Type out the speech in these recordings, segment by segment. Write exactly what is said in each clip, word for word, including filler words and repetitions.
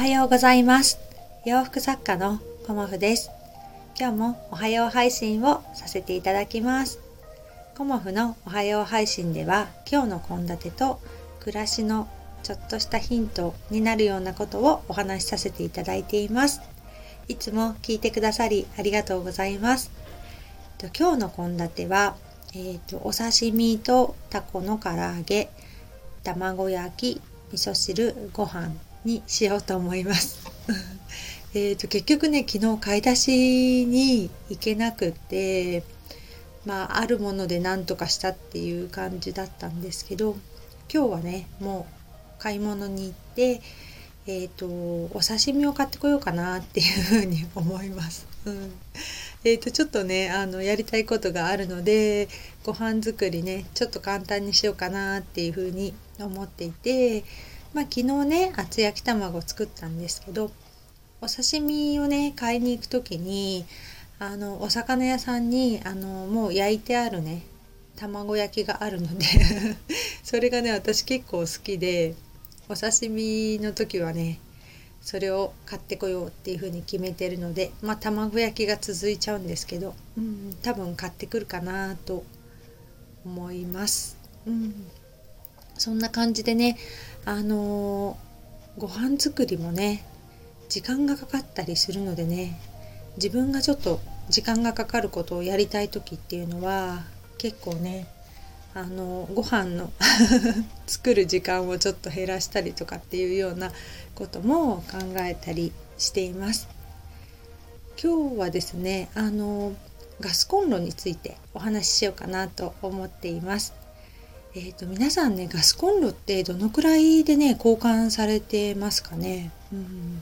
はようございます。洋服作家のコモフです。今日もおはよう配信をさせていただきます。コモフのおはよう配信では、今日の献立と暮らしのちょっとしたヒントになるようなことをお話しさせていただいています。いつも聞いてくださりありがとうございます。今日の献立は、えーと、お刺身とタコの唐揚げ、卵焼き、味噌汁、ご飯にしようと思いますえと結局ね、昨日買い出しに行けなくて、まああるもので何とかしたっていう感じだったんですけど、今日はねもう買い物に行って、えーとお刺身を買ってこようかなっていうふうに思います、うんえーとちょっとねあのやりたいことがあるので、ご飯作りねちょっと簡単にしようかなっていうふうに思っていて、まあ昨日ね厚焼き卵を作ったんですけど、お刺身をね買いに行く時にあのお魚屋さんにあのもう焼いてあるね卵焼きがあるのでそれがね私結構好きで、お刺身の時はねそれを買ってこようっていう風に決めてるので、まあ卵焼きが続いちゃうんですけど、うん、多分買ってくるかなと思います、うん、そんな感じでねあのー、ご飯作りもね時間がかかったりするのでね、自分がちょっと時間がかかることをやりたい時っていうのは結構ねあのご飯の作る時間をちょっと減らしたりとかっていうようなことも考えたりしています。今日はですねあのガスコンロについてお話ししようかなと思っています。えーと皆さんね、ガスコンロってどのくらいでね交換されてますかね。うん、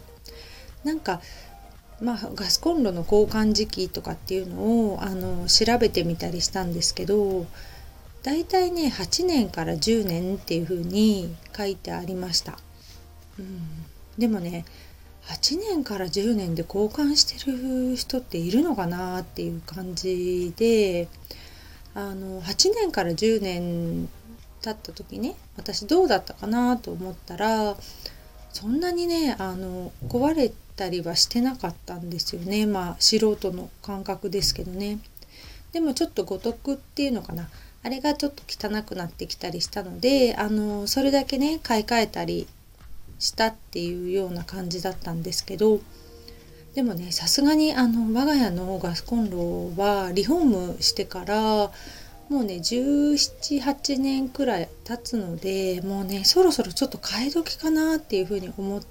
なんかまあガスコンロの交換時期とかっていうのをあの調べてみたりしたんですけど、だいたいねはちねんからじゅうねんっていう風に書いてありました、うん、でもねはちねんからじゅうねんで交換してる人っているのかなっていう感じで、あのはちねんからじゅうねん経った時ね私どうだったかなと思ったら、そんなにねあの壊れたりはしてなかったんですよね。まあ素人の感覚ですけどね。でもちょっとごとくっていうのかな、あれがちょっと汚くなってきたりしたので、あのそれだけね買い替えたりしたっていうような感じだったんですけど、でもねさすがにあの我が家のガスコンロはリフォームしてからもうねじゅうなな、はちねんくらい経つので、もうねそろそろちょっと替え時かなっていうふうに思って、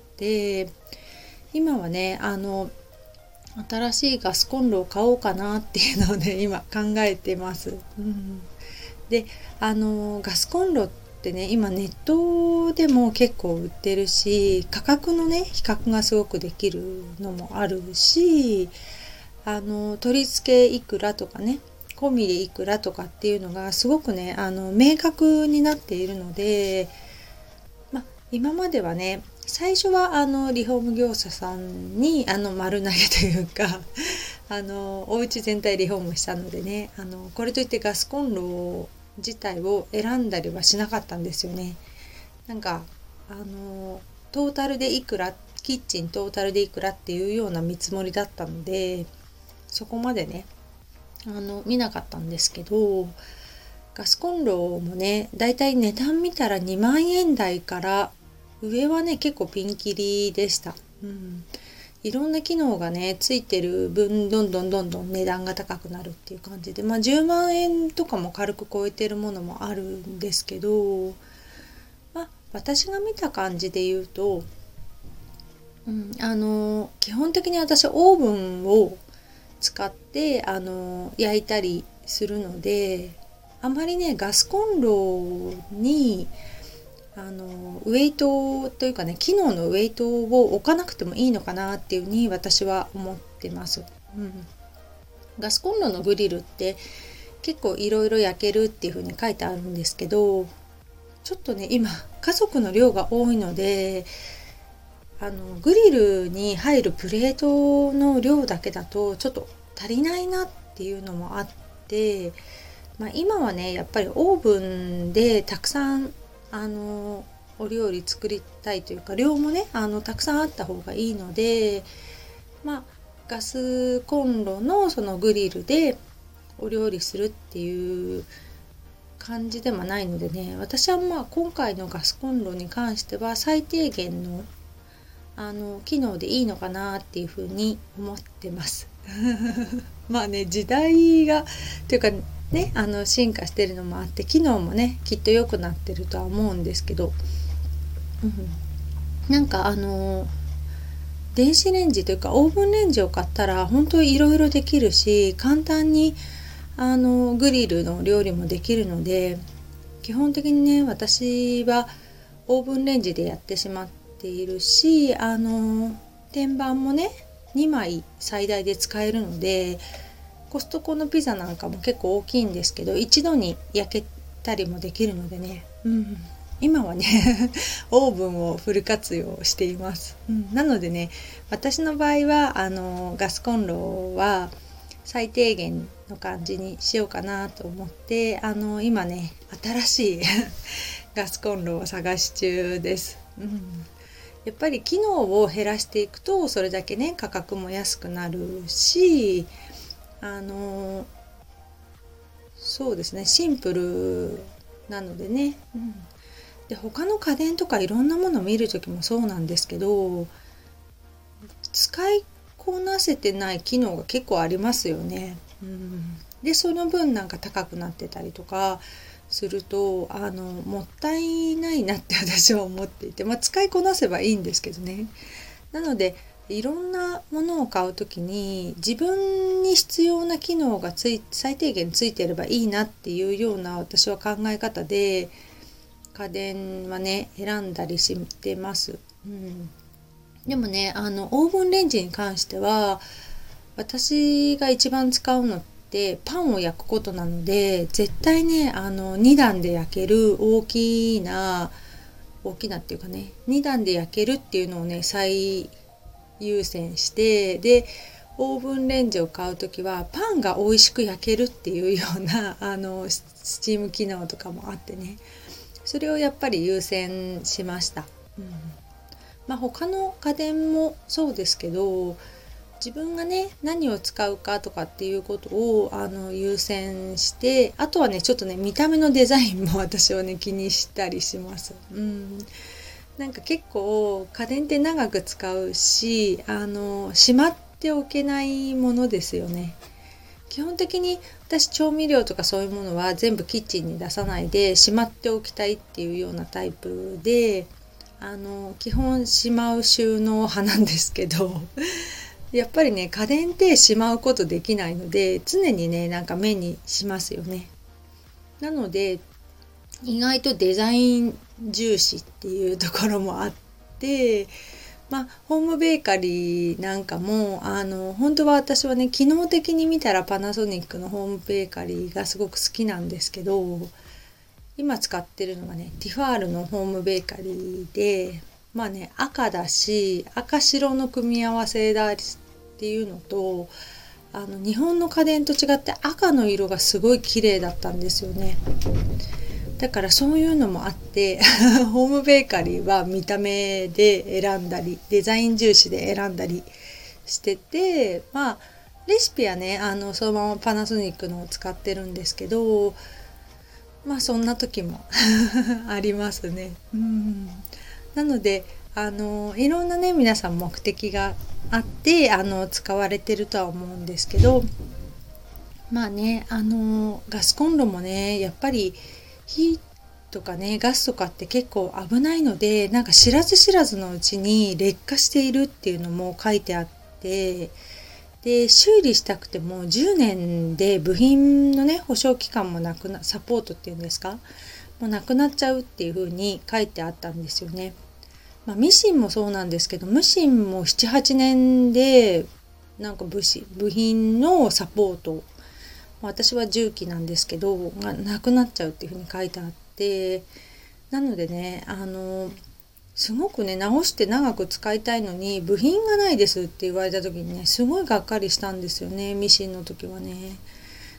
今はねあの新しいガスコンロを買おうかなっていうのをね今考えてます、うん、であのガスコンロってね今ネットでも結構売ってるし、価格のね比較がすごくできるのもあるし、あの取り付けいくらとかね込みでいくらとかっていうのがすごくねあの明確になっているので、ま、今まではね最初はあのリフォーム業者さんにあの丸投げというかあのお家全体リフォームしたのでね、あのこれといってガスコンロ自体を選んだりはしなかったんですよね。なんかあのトータルでいくら、キッチントータルでいくらっていうような見積もりだったので、そこまでねあの見なかったんですけど、ガスコンロもねだいたい値段見たらにまんえん台から上はね結構ピンキリでした、うん、いろんな機能がねついてる分どんどんどんどん値段が高くなるっていう感じで、まあじゅうまんえんとかも軽く超えてるものもあるんですけど、まあ私が見た感じで言うと、うん、あの基本的に私オーブンを使ってあの焼いたりするので、あまりねガスコンロにあのウェイトというかね機能のウェイトを置かなくてもいいのかなっていうふうに私は思ってます、うん、ガスコンロのグリルって結構いろいろ焼けるっていうふうに書いてあるんですけど、ちょっとね今家族の量が多いのであのグリルに入るプレートの量だけだとちょっと足りないなっていうのもあって、まあ、今はねやっぱりオーブンでたくさんあのお料理作りたいというか、量もねあのたくさんあった方がいいので、まあガスコンロのそのグリルでお料理するっていう感じでもないのでね、私はまあ今回のガスコンロに関しては最低限のあの機能でいいのかなっていうふうに思ってますまあね、時代がというかね、あの進化してるのもあって機能もねきっと良くなってるとは思うんですけど、うん、なんかあの電子レンジというかオーブンレンジを買ったら本当にいろいろできるし、簡単にあのグリルの料理もできるので、基本的にね私はオーブンレンジでやってしまっているし、あの天板もねにまい最大で使えるので、コストコのピザなんかも結構大きいんですけど一度に焼けたりもできるのでね、うん、今はねオーブンをフル活用しています、うん、なのでね私の場合はあのガスコンロは最低限の感じにしようかなと思って、あの今ね新しいガスコンロを探し中です、うん、やっぱり機能を減らしていくとそれだけね価格も安くなるし、あのそうですねシンプルなのでね、うん、で他の家電とかいろんなものを見る時もそうなんですけど、使いこなせてない機能が結構ありますよね、うん、でその分なんか高くなってたりとかするとあのもったいないなって私は思っていて、まあ、使いこなせばいいんですけどね。なのでいろんなものを買うときに自分に必要な機能がつい最低限ついてればいいなっていうような私は考え方で家電はね選んだりしてます、うん、でもねあのオーブンレンジに関しては私が一番使うのってパンを焼くことなので、絶対ねあのに段で焼ける大きな大きなっていうかねに段で焼けるっていうのをね最優先して、でオーブンレンジを買うときはパンが美味しく焼けるっていうようなあのスチーム機能とかもあってね、それをやっぱり優先しました、うん、まあ他の家電もそうですけど自分がね何を使うかとかっていうことをあの優先して、あとはねちょっとね見た目のデザインも私はね気にしたりします、うんなんか結構家電って長く使うし、あのしまっておけないものですよね。基本的に私調味料とかそういうものは全部キッチンに出さないでしまっておきたいっていうようなタイプで、あの基本しまう収納派なんですけどやっぱりね家電ってしまうことできないので常にねなんか目にしますよね。なので意外とデザイン重視っていうところもあって、まあホームベーカリーなんかもあの本当は私はね機能的に見たらパナソニックのホームベーカリーがすごく好きなんですけど、今使ってるのがねティファールのホームベーカリーで、まあね赤だし赤白の組み合わせだっていうのと、あの日本の家電と違って赤の色がすごい綺麗だったんですよね。だからそういうのもあってホームベーカリーは見た目で選んだりデザイン重視で選んだりしてて、まあレシピはねあのそのままパナソニックのを使ってるんですけど、まあそんな時もありますね。うんなのであのいろんなね皆さん目的があってあの使われてるとは思うんですけど、まあねあのガスコンロもねやっぱり火とかねガスとかって結構危ないので、なんか知らず知らずのうちに劣化しているっていうのも書いてあって、で修理したくてもじゅうねんで部品のね保証期間もなくなサポートっていうんですかもうなくなっちゃうっていう風に書いてあったんですよね。まあ、ミシンもそうなんですけどミシンもななはちねんでなんか部部品のサポート、私は重機なんですけどがなくなっちゃうっていう風に書いてあって、なのでねあのすごくね直して長く使いたいのに部品がないですって言われた時にねすごいがっかりしたんですよね、ミシンの時はね。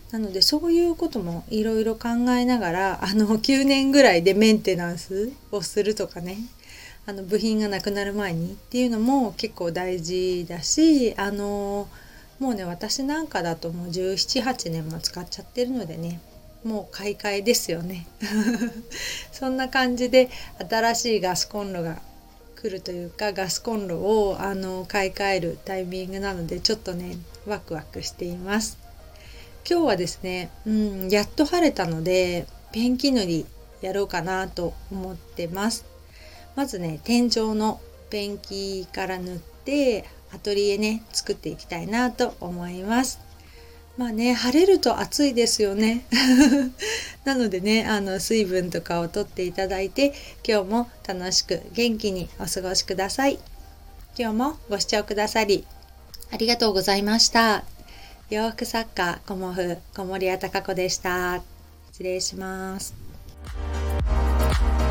なのでそういうこともいろいろ考えながら、あのきゅうねんぐらいでメンテナンスをするとかね、あの部品がなくなる前にっていうのも結構大事だし、あのもうね私なんかだともうじゅうなな、はちねんも使っちゃってるのでね、もう買い替えですよねそんな感じで新しいガスコンロが来るというか、ガスコンロをあの買い替えるタイミングなのでちょっとねワクワクしています。今日はですね、うん、やっと晴れたのでペンキ塗りやろうかなと思ってます。まずね天井のペンキから塗ってアトリエね作っていきたいなと思います。まあね、晴れると暑いですよねなのでね、あの水分とかをとっていただいて、今日も楽しく元気にお過ごしください。今日もご視聴くださりありがとうございました。洋服作家コモフ小森屋隆子でした。失礼します。